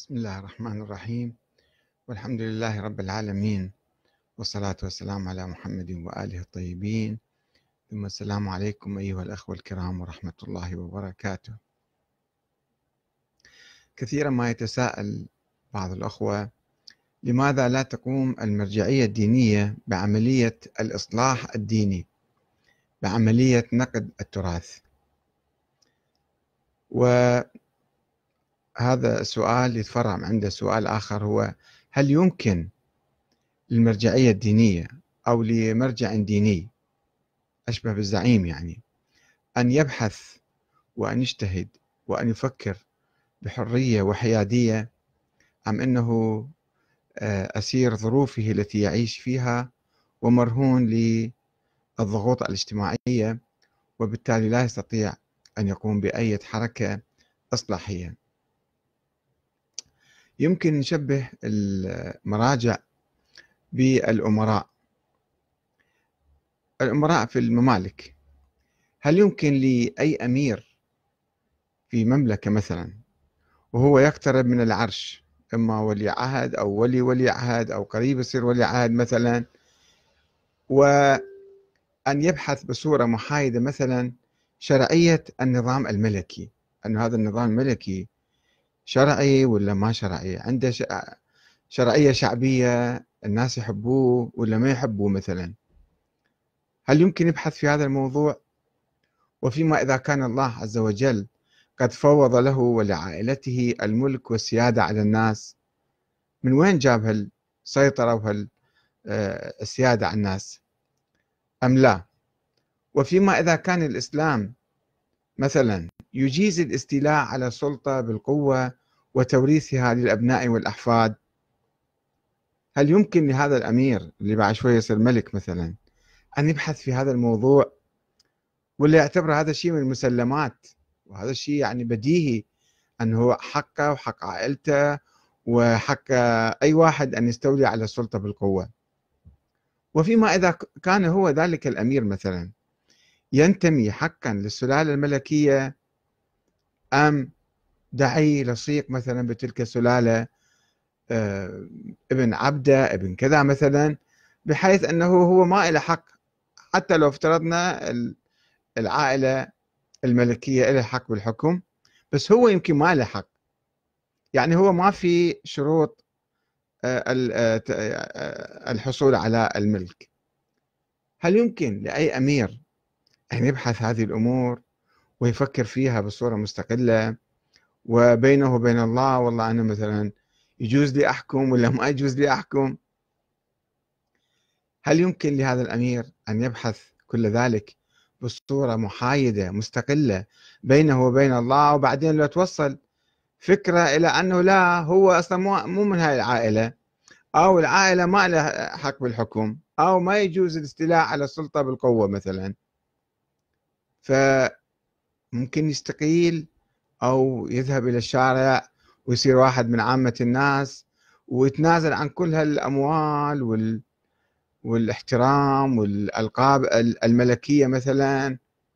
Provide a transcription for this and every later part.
بسم الله الرحمن الرحيم، والحمد لله رب العالمين، والصلاة والسلام على محمد وآله الطيبين، ثم السلام عليكم أيها الأخوة الكرام ورحمة الله وبركاته. كثيرا ما يتساءل بعض الأخوة: لماذا لا تقوم المرجعية الدينية بعملية الإصلاح الديني، بعملية نقد التراث؟ وهذا السؤال يتفرع عنده سؤال آخر، هو: هل يمكن للمرجعية الدينية أو لمرجع ديني أشبه بالزعيم يعني أن يبحث وأن يجتهد وأن يفكر بحرية وحيادية، أم أنه أسير ظروفه التي يعيش فيها ومرهون للضغوط الاجتماعية، وبالتالي لا يستطيع أن يقوم بأي حركة إصلاحية؟ يمكن نشبه المراجع بالأمراء في الممالك. هل يمكن لأي أمير في مملكة مثلا وهو يقترب من العرش، إما ولي عهد أو ولي عهد أو قريب يصير ولي عهد مثلا، وأن يبحث بصورة محايدة مثلا شرعية النظام الملكي، أن هذا النظام الملكي شرعي ولا ما شرعي، عنده شرعية شعبية، الناس يحبوه ولا ما يحبوه مثلا؟ هل يمكن يبحث في هذا الموضوع؟ وفيما إذا كان الله عز وجل قد فوض له ولعائلته الملك والسيادة على الناس، من وين جاب هالسيطرة وهالسيادة على الناس أم لا؟ وفيما إذا كان الإسلام مثلا يجيز الاستيلاء على السلطة بالقوة وتوريثها للأبناء والأحفاد، هل يمكن لهذا الأمير اللي بعد شوية يصير ملك مثلا أن يبحث في هذا الموضوع، ولا يعتبر هذا الشيء من المسلمات، وهذا الشيء يعني بديهي أنه حقه وحق عائلته وحق أي واحد أن يستولي على السلطة بالقوة؟ وفيما إذا كان هو ذلك الأمير مثلا ينتمي حقا للسلالة الملكية، أم دعي لصيق مثلا بتلك السلالة، ابن عبده ابن كذا مثلا، بحيث أنه هو ما له حق، حتى لو افترضنا العائلة الملكية له حق بالحكم، بس هو يمكن ما له حق، يعني هو ما في شروط الحصول على الملك. هل يمكن لأي أمير أن يبحث هذه الأمور ويفكر فيها بصورة مستقلة وبينه وبين الله، والله أنا مثلا يجوز لي أحكم ولا ما يجوز لي أحكم؟ هل يمكن لهذا الأمير أن يبحث كل ذلك بصورة محايدة مستقلة بينه وبين الله، وبعدين لو توصل فكرة إلى أنه لا، هو أصلا مو من هاي العائلة، أو العائلة ما لها حق بالحكم، أو ما يجوز الاستيلاء على السلطة بالقوة مثلا، فممكن يستقيل أو يذهب إلى الشارع ويصير واحد من عامة الناس ويتنازل عن كل هالأموال والاحترام والألقاب الملكية مثلا.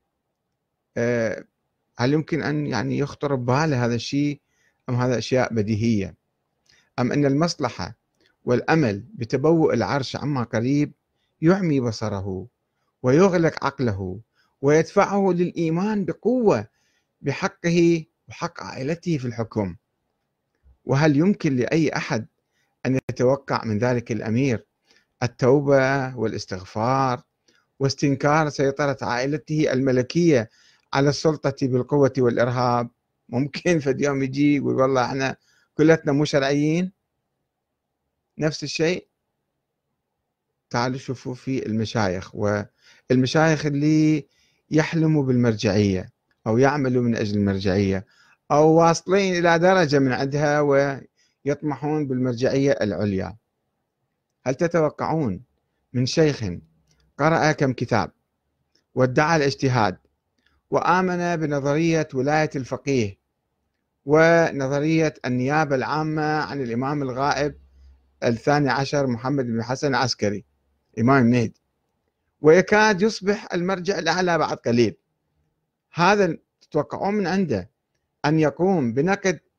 هل يمكن أن يعني يخطر بباله هذا الشيء، أم هذا أشياء بديهية؟ أم أن المصلحة والأمل بتبوء العرش عما قريب يعمي بصره ويغلق عقله ويدفعه للإيمان بقوة بحقه وحق عائلته في الحكم؟ وهل يمكن لأي أحد أن يتوقع من ذلك الأمير التوبة والاستغفار واستنكار سيطرة عائلته الملكية على السلطة بالقوة والإرهاب؟ ممكن فد يوم يجي يقول والله احنا كلتنا مو شرعيين؟ نفس الشيء تعالوا شوفوا في المشايخ، والمشايخ اللي يحلموا بالمرجعية أو يعملوا من أجل المرجعية أو واصلين إلى درجة من عندها ويطمحون بالمرجعية العليا. هل تتوقعون من شيخ قرأ كم كتاب وادعى الاجتهاد وآمن بنظرية ولاية الفقيه ونظرية النيابة العامة عن الإمام الغائب الثاني عشر محمد بن حسن العسكري إمام المهدي، ويكاد يصبح المرجع الأعلى بعد قليل، هذا تتوقعون من عنده أن يقوم بنقد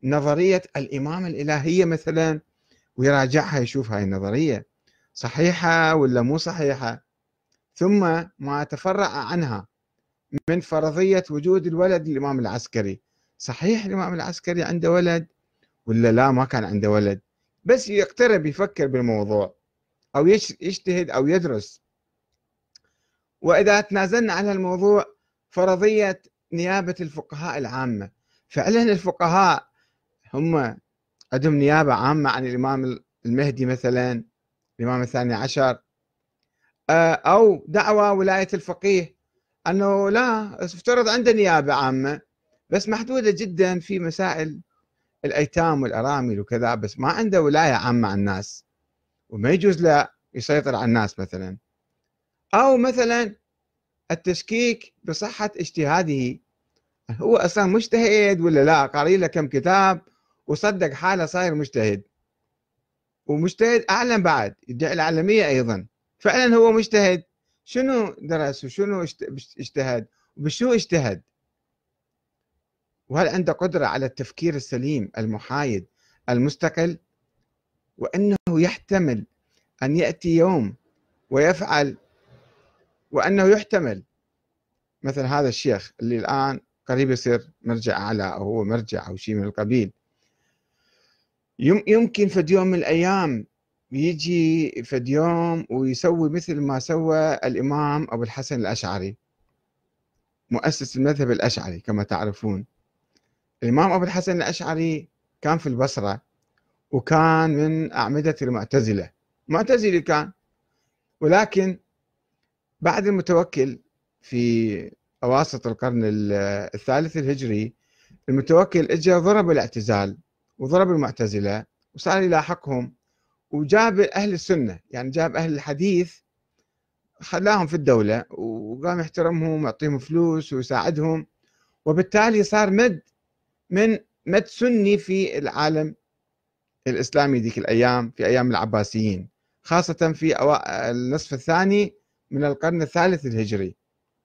نظرية الإمامة الإلهية مثلا، ويراجعها يشوف هاي النظرية صحيحة ولا مو صحيحة، ثم ما تفرع عنها من فرضية وجود الولد للإمام العسكري. صحيح الإمام العسكري عنده ولد ولا لا ما كان عنده ولد؟ بس يقترب يفكر بالموضوع أو يجتهد أو يدرس. وإذا تنازلنا عن الموضوع، فرضية نيابة الفقهاء العامة، فعلا الفقهاء هم عندهم نيابة عامة عن الإمام المهدي مثلا، الإمام الثاني عشر، أو دعوى ولاية الفقيه أنه لا، افترض عنده نيابة عامة بس محدودة جدا في مسائل الأيتام والأرامل وكذا، بس ما عنده ولاية عامة على الناس وما يجوز له يسيطر على الناس مثلا. أو مثلا التشكيك بصحة اجتهاده، هو أصلا مجتهد ولا لا؟ قاري له كم كتاب وصدق حاله صاير مجتهد، ومجتهد أعلم بعد، يدعي العالمية أيضا. فعلا هو مجتهد، شنو درس وشنو اجتهد وبشو اجتهد؟ وهل عنده قدرة على التفكير السليم المحايد المستقل؟ وأنه يحتمل أن يأتي يوم ويفعل، وأنه يحتمل مثل هذا الشيخ اللي الآن قريب يصير مرجع أعلى أو هو مرجع أو شيء من القبيل، يمكن فد يوم من الأيام يجي فد يوم ويسوي مثل ما سوى الإمام أبو الحسن الأشعري، مؤسس المذهب الأشعري كما تعرفون. الإمام أبو الحسن الأشعري كان في البصرة، وكان من أعمدة المعتزلة، معتزلي كان، ولكن بعد المتوكل في أواسط القرن الثالث الهجري، المتوكل اجى ضرب الاعتزال وضرب المعتزلة وصار يلاحقهم، وجاب أهل السنة، يعني جاب أهل الحديث خلاهم في الدولة وقام يحترمهم ويعطيهم فلوس ويساعدهم، وبالتالي صار مد سني في العالم الإسلامي ذيك الأيام، في أيام العباسيين، خاصة في النصف الثاني من القرن الثالث الهجري.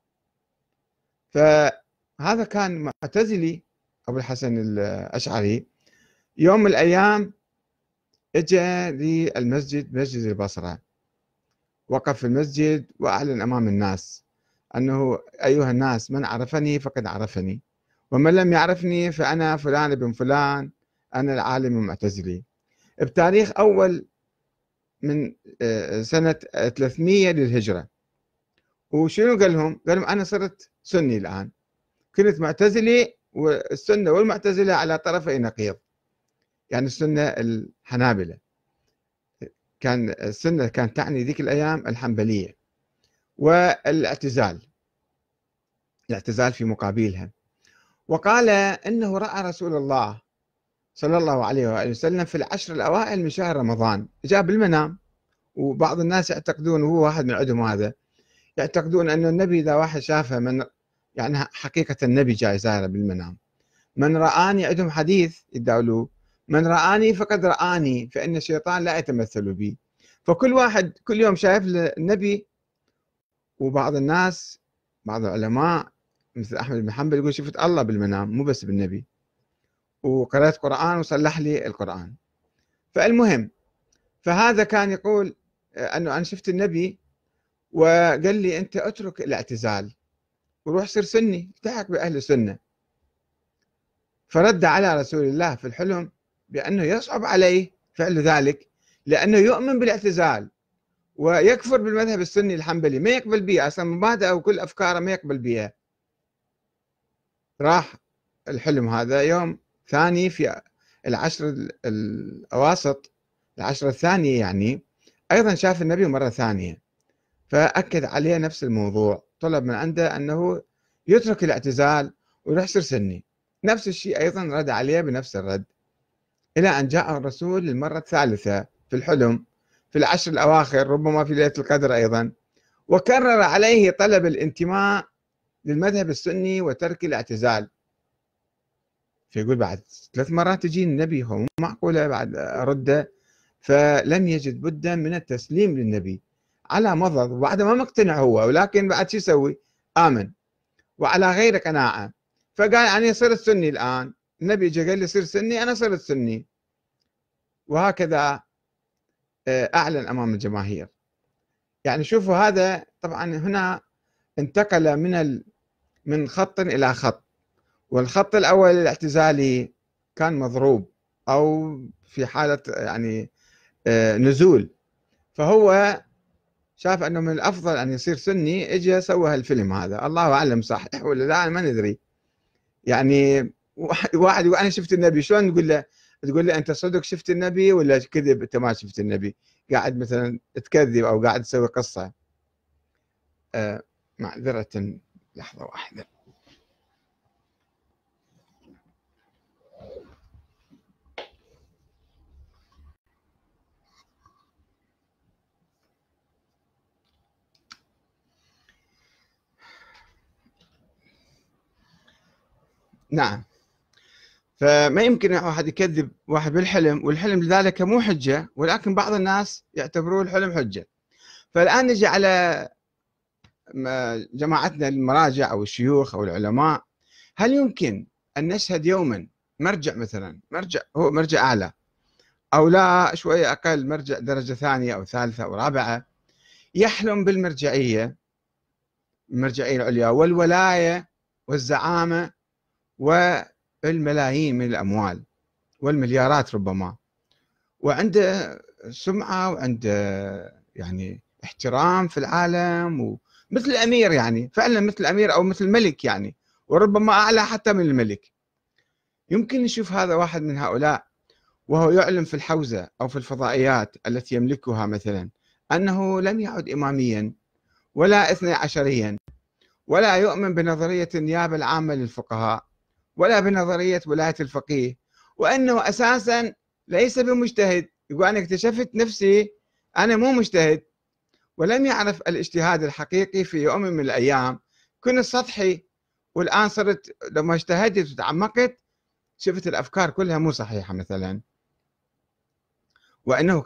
فهذا كان معتزلي أبو الحسن الأشعري. يوم من الأيام اجى للمسجد، مسجد البصرة، وقف في المسجد وأعلن أمام الناس أنه أيها الناس، من عرفني فقد عرفني، ومن لم يعرفني فأنا فلان بن فلان، أنا العالم المعتزلي، بتاريخ أول من سنة 300 للهجرة. وشنو قال لهم؟ قال لهم أنا صرت سني الآن، كنت معتزلي، والسنة والمعتزلة على طرفي نقيض، يعني السنة الحنابلة، كان السنة كانت تعني ذيك الأيام الحنبلية، والاعتزال، الاعتزال في مقابلها. وقال إنه رأى رسول الله صلى الله عليه وآله وسلم في العشر الأوائل من شهر رمضان، جاء بالمنام. وبعض الناس يعتقدون، وهو واحد من عندهم هذا، يعتقدون أن النبي إذا واحد شافه من، يعني حقيقة النبي جاي زايره بالمنام، من رآني، عندهم حديث يداولوه، من رآني فقد رآني، فإن الشيطان لا يتمثل بي. فكل واحد كل يوم شايف النبي. وبعض الناس، بعض العلماء مثل أحمد بن حنبل يقول شفت الله بالمنام مو بس بالنبي، وقرأت قرآن وصلح لي القرآن. فالمهم، فهذا كان يقول أنه أنا شفت النبي وقال لي أنت اترك الاعتزال وروح صير سني، التحق بأهل السنة. فرد على رسول الله في الحلم بأنه يصعب عليه فعل ذلك، لأنه يؤمن بالاعتزال ويكفر بالمذهب السني الحنبلي، ما يقبل بها أصلا، مبادئه وكل أفكاره ما يقبل بها. راح الحلم هذا يوم ثاني في العشر الأواسط، العشرة الثانية يعني، أيضا شاف النبي مرة ثانية، فأكد عليه نفس الموضوع، طلب من عنده أنه يترك الاعتزال ويحصر سني. نفس الشيء أيضا رد عليه بنفس الرد، إلى أن جاء الرسول للمرة الثالثة في الحلم في العشر الأواخر، ربما في ليلة القدر أيضا، وكرر عليه طلب الانتماء للمذهب السني وترك الاعتزال. فيقول بعد 3 مرات تجي النبي، هو مو معقولة بعد أرده. فلم يجد بدا من التسليم للنبي على مضض، وبعد ما مقتنع هو، ولكن بعد شو يسوي؟ آمن وعلى غير قناعة. فقال أنا صرت سني الآن، النبي اجى قال لي صير سني، أنا صرت سني، وهكذا أعلن أمام الجماهير. يعني شوفوا، هذا طبعا هنا انتقل من خط إلى خط، والخط الأول الاعتزالي كان مضروب أو في حالة يعني نزول، فهو شاف أنه من الأفضل أن يصير سني، إجا سوى هالفيلم هذا. الله أعلم صحيح ولا لا، ما ندري. يعني واحد يقول أنا شفت النبي، شلون تقول له أنت صدق شفت النبي ولا كذب أنت ما شفت النبي؟ قاعد مثلا تكذب أو قاعد تسوي قصة. آه معذرة، لحظة واحدة. نعم، فما يمكن واحد يكذب واحد بالحلم، والحلم لذلك مو حجة، ولكن بعض الناس يعتبروه الحلم حجة. فالآن نجي على جماعتنا المراجع أو الشيوخ أو العلماء. هل يمكن أن نشهد يوما مرجع، مثلا مرجع هو مرجع أعلى أو لا شوية أقل، مرجع درجة ثانية أو ثالثة أو رابعة، يحلم بالمرجعية، المرجعية العليا والولاية والزعامة والملايين من الأموال والمليارات ربما، وعنده سمعة وعنده يعني احترام في العالم، ومثل الأمير، يعني فعلا مثل الأمير أو مثل الملك يعني، وربما أعلى حتى من الملك. يمكن نشوف هذا واحد من هؤلاء وهو يعلن في الحوزة أو في الفضائيات التي يملكها مثلا أنه لم يعد إماميا ولا اثني عشريا، ولا يؤمن بنظرية النيابة العامة للفقهاء، ولا بنظرية ولاية الفقيه، وأنه أساسا ليس بمجتهد. يقول أنا اكتشفت نفسي أنا مو مجتهد، ولم يعرف الاجتهاد الحقيقي في يوم من الأيام، كنت سطحي، والآن صرت لما اجتهدت وتعمقت شفت الأفكار كلها مو صحيحة مثلا. وأنه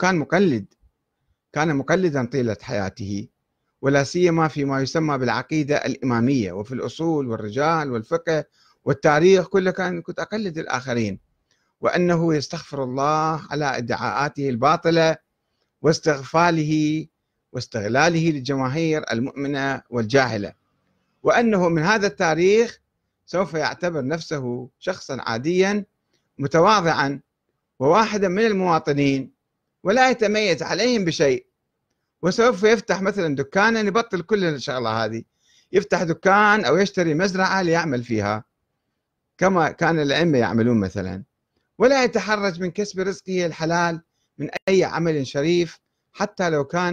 كان مقلدا طيلة حياته، ولا سيما فيما يسمى بالعقيدة الإمامية، وفي الأصول والرجال والفقه والتاريخ كله كنت أقلد الآخرين، وأنه يستغفر الله على ادعاءاته الباطلة واستغفاله واستغلاله للجماهير المؤمنة والجاهلة، وأنه من هذا التاريخ سوف يعتبر نفسه شخصا عاديا متواضعا وواحدا من المواطنين، ولا يتميز عليهم بشيء، وسوف يفتح مثلا دكانا، يبطل كل الشغلة هذه، يفتح دكان أو يشتري مزرعة ليعمل فيها كما كان الأئمة يعملون مثلا، ولا يتحرج من كسب رزقه الحلال من أي عمل شريف، حتى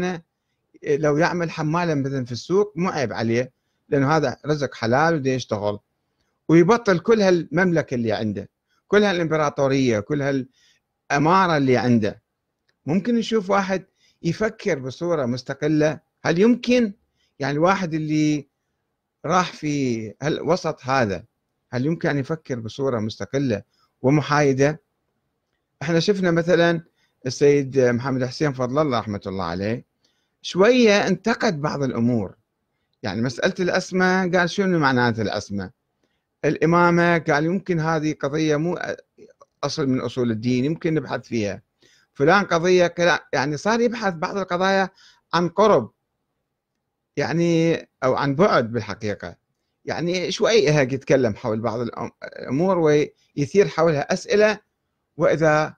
لو يعمل حمالا مثلا في السوق مو عيب عليه، لأنه هذا رزق حلال وده يشتغل، ويبطل كل هالمملكة اللي عنده، كل هالإمبراطورية، كل هالأمارة اللي عنده. ممكن نشوف واحد يفكر بصورة مستقلة؟ هل يمكن يعني الواحد اللي راح في الوسط هذا، هل يمكن أن يفكر بصورة مستقلة ومحايدة؟ احنا شفنا مثلا السيد محمد حسين فضل الله رحمة الله عليه شوية انتقد بعض الأمور، يعني مسألة الأسماء قال شنو معناته الأسماء، الإمامة قال يمكن هذه قضية مو أصل من أصول الدين، يمكن نبحث فيها. فلان قضية يعني صار يبحث بعض القضايا عن قرب يعني أو عن بعد بالحقيقة، يعني شوي هيك يتكلم حول بعض الأمور ويثير حولها أسئلة، وإذا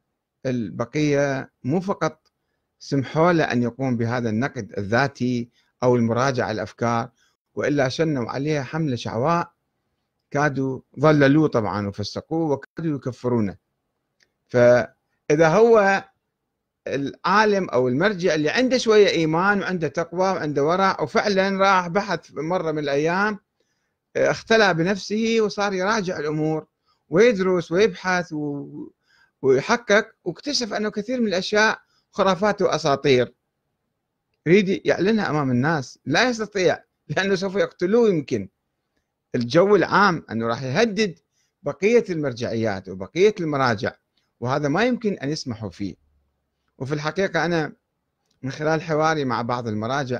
البقية مو فقط سمحوا له أن يقوم بهذا النقد الذاتي أو المراجعة الأفكار، وإلا شنوا عليها حملة شعواء، كادوا ضللوه طبعا وفسقوه وكادوا يكفرونه. فإذا هو العالم أو المرجع اللي عنده شوية إيمان وعنده تقوى وعنده ورع، وفعلا راح بحث مرة من الأيام، اختلى بنفسه وصار يراجع الأمور ويدرس ويبحث ويحقق، واكتشف أنه كثير من الأشياء خرافات وأساطير، يريد يعلنها أمام الناس، لا يستطيع لأنه سوف يقتلوه. يمكن الجو العام أنه راح يهدد بقية المرجعيات وبقية المراجع، وهذا ما يمكن أن يسمحوا فيه. وفي الحقيقة أنا من خلال حواري مع بعض المراجع،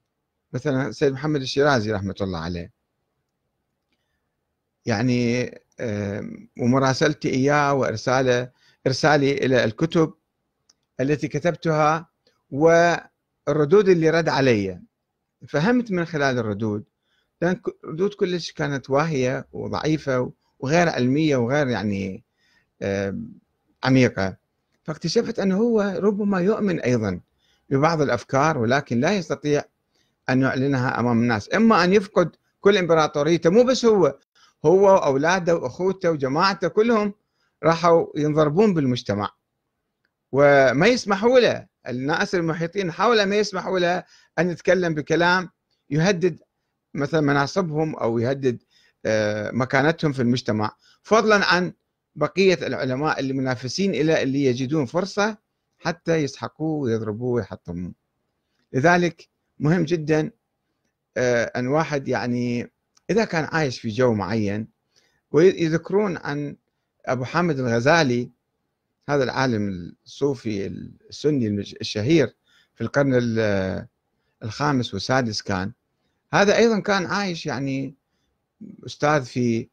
مثلا السيد محمد الشيرازي رحمة الله عليه، يعني ومراسلتي إياه إرسالي إلى الكتب التي كتبتها والردود اللي رد علي. فهمت من خلال الردود، لأن الردود كلش كانت واهية وضعيفة وغير علمية وغير يعني عميقة. فاكتشفت أنه هو ربما يؤمن أيضا ببعض الأفكار، ولكن لا يستطيع أن يعلنها أمام الناس. إما أن يفقد كل إمبراطوريته، مو بس هو وأولاده وأخوته وجماعته كلهم راحوا ينضربون بالمجتمع وما يسمحوا له، الناس المحيطين حوله ما يسمحوا له أن يتكلم بكلام يهدد مثلا مناصبهم أو يهدد مكانتهم في المجتمع، فضلا عن بقية العلماء اللي منافسين إلى اللي يجدون فرصة حتى يسحقوه ويضربوه ويحطموه. لذلك مهم جدا أن واحد يعني إذا كان عايش في جو معين، ويذكرون عن أبو حامد الغزالي، هذا العالم الصوفي السني الشهير في القرن الخامس والسادس، كان هذا أيضا كان عايش يعني أستاذ في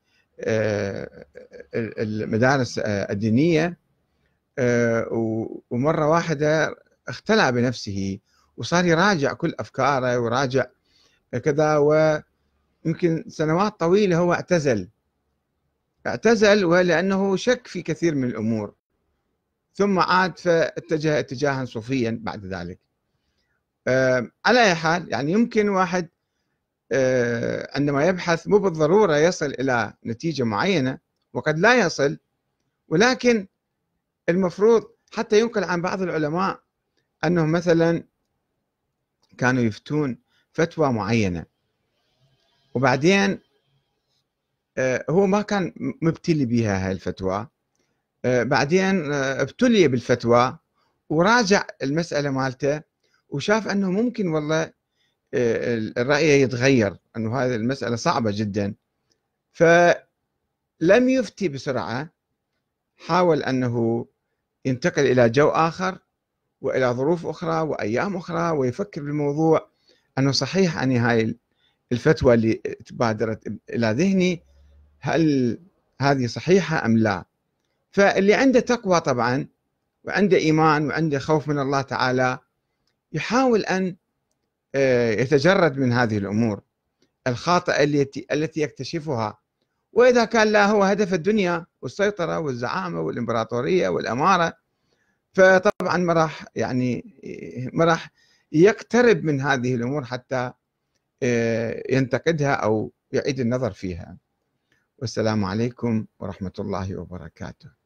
المدارس الدينية، ومرة واحدة اختلع بنفسه وصار يراجع كل أفكاره وراجع كذا، ويمكن سنوات طويلة هو اعتزل ولأنه شك في كثير من الأمور، ثم عاد فاتجه اتجاها صوفيا بعد ذلك. على أي حال يعني يمكن واحد عندما يبحث مو بالضرورة يصل إلى نتيجة معينة، وقد لا يصل، ولكن المفروض حتى ينقل عن بعض العلماء أنهم مثلا كانوا يفتون فتوى معينة وبعدين هو ما كان مبتلي بها هاي الفتوى، بعدين ابتلي بالفتوى وراجع المسألة مالته وشاف أنه ممكن والله الرأي يتغير، أنه هذه المسألة صعبة جدا، فلم يفتي بسرعة، حاول أنه ينتقل إلى جو آخر وإلى ظروف أخرى وأيام أخرى ويفكر بالموضوع أنه صحيح أني هاي الفتوى اللي تبادرت إلى ذهني هل هذه صحيحة أم لا. فاللي عنده تقوى طبعا وعنده إيمان وعنده خوف من الله تعالى يحاول أن يتجرد من هذه الأمور الخاطئة التي يكتشفها، وإذا كان لا هو هدف الدنيا والسيطرة والزعامة والإمبراطورية والأمارة، فطبعا ما راح يقترب من هذه الأمور حتى ينتقدها أو يعيد النظر فيها. والسلام عليكم ورحمة الله وبركاته.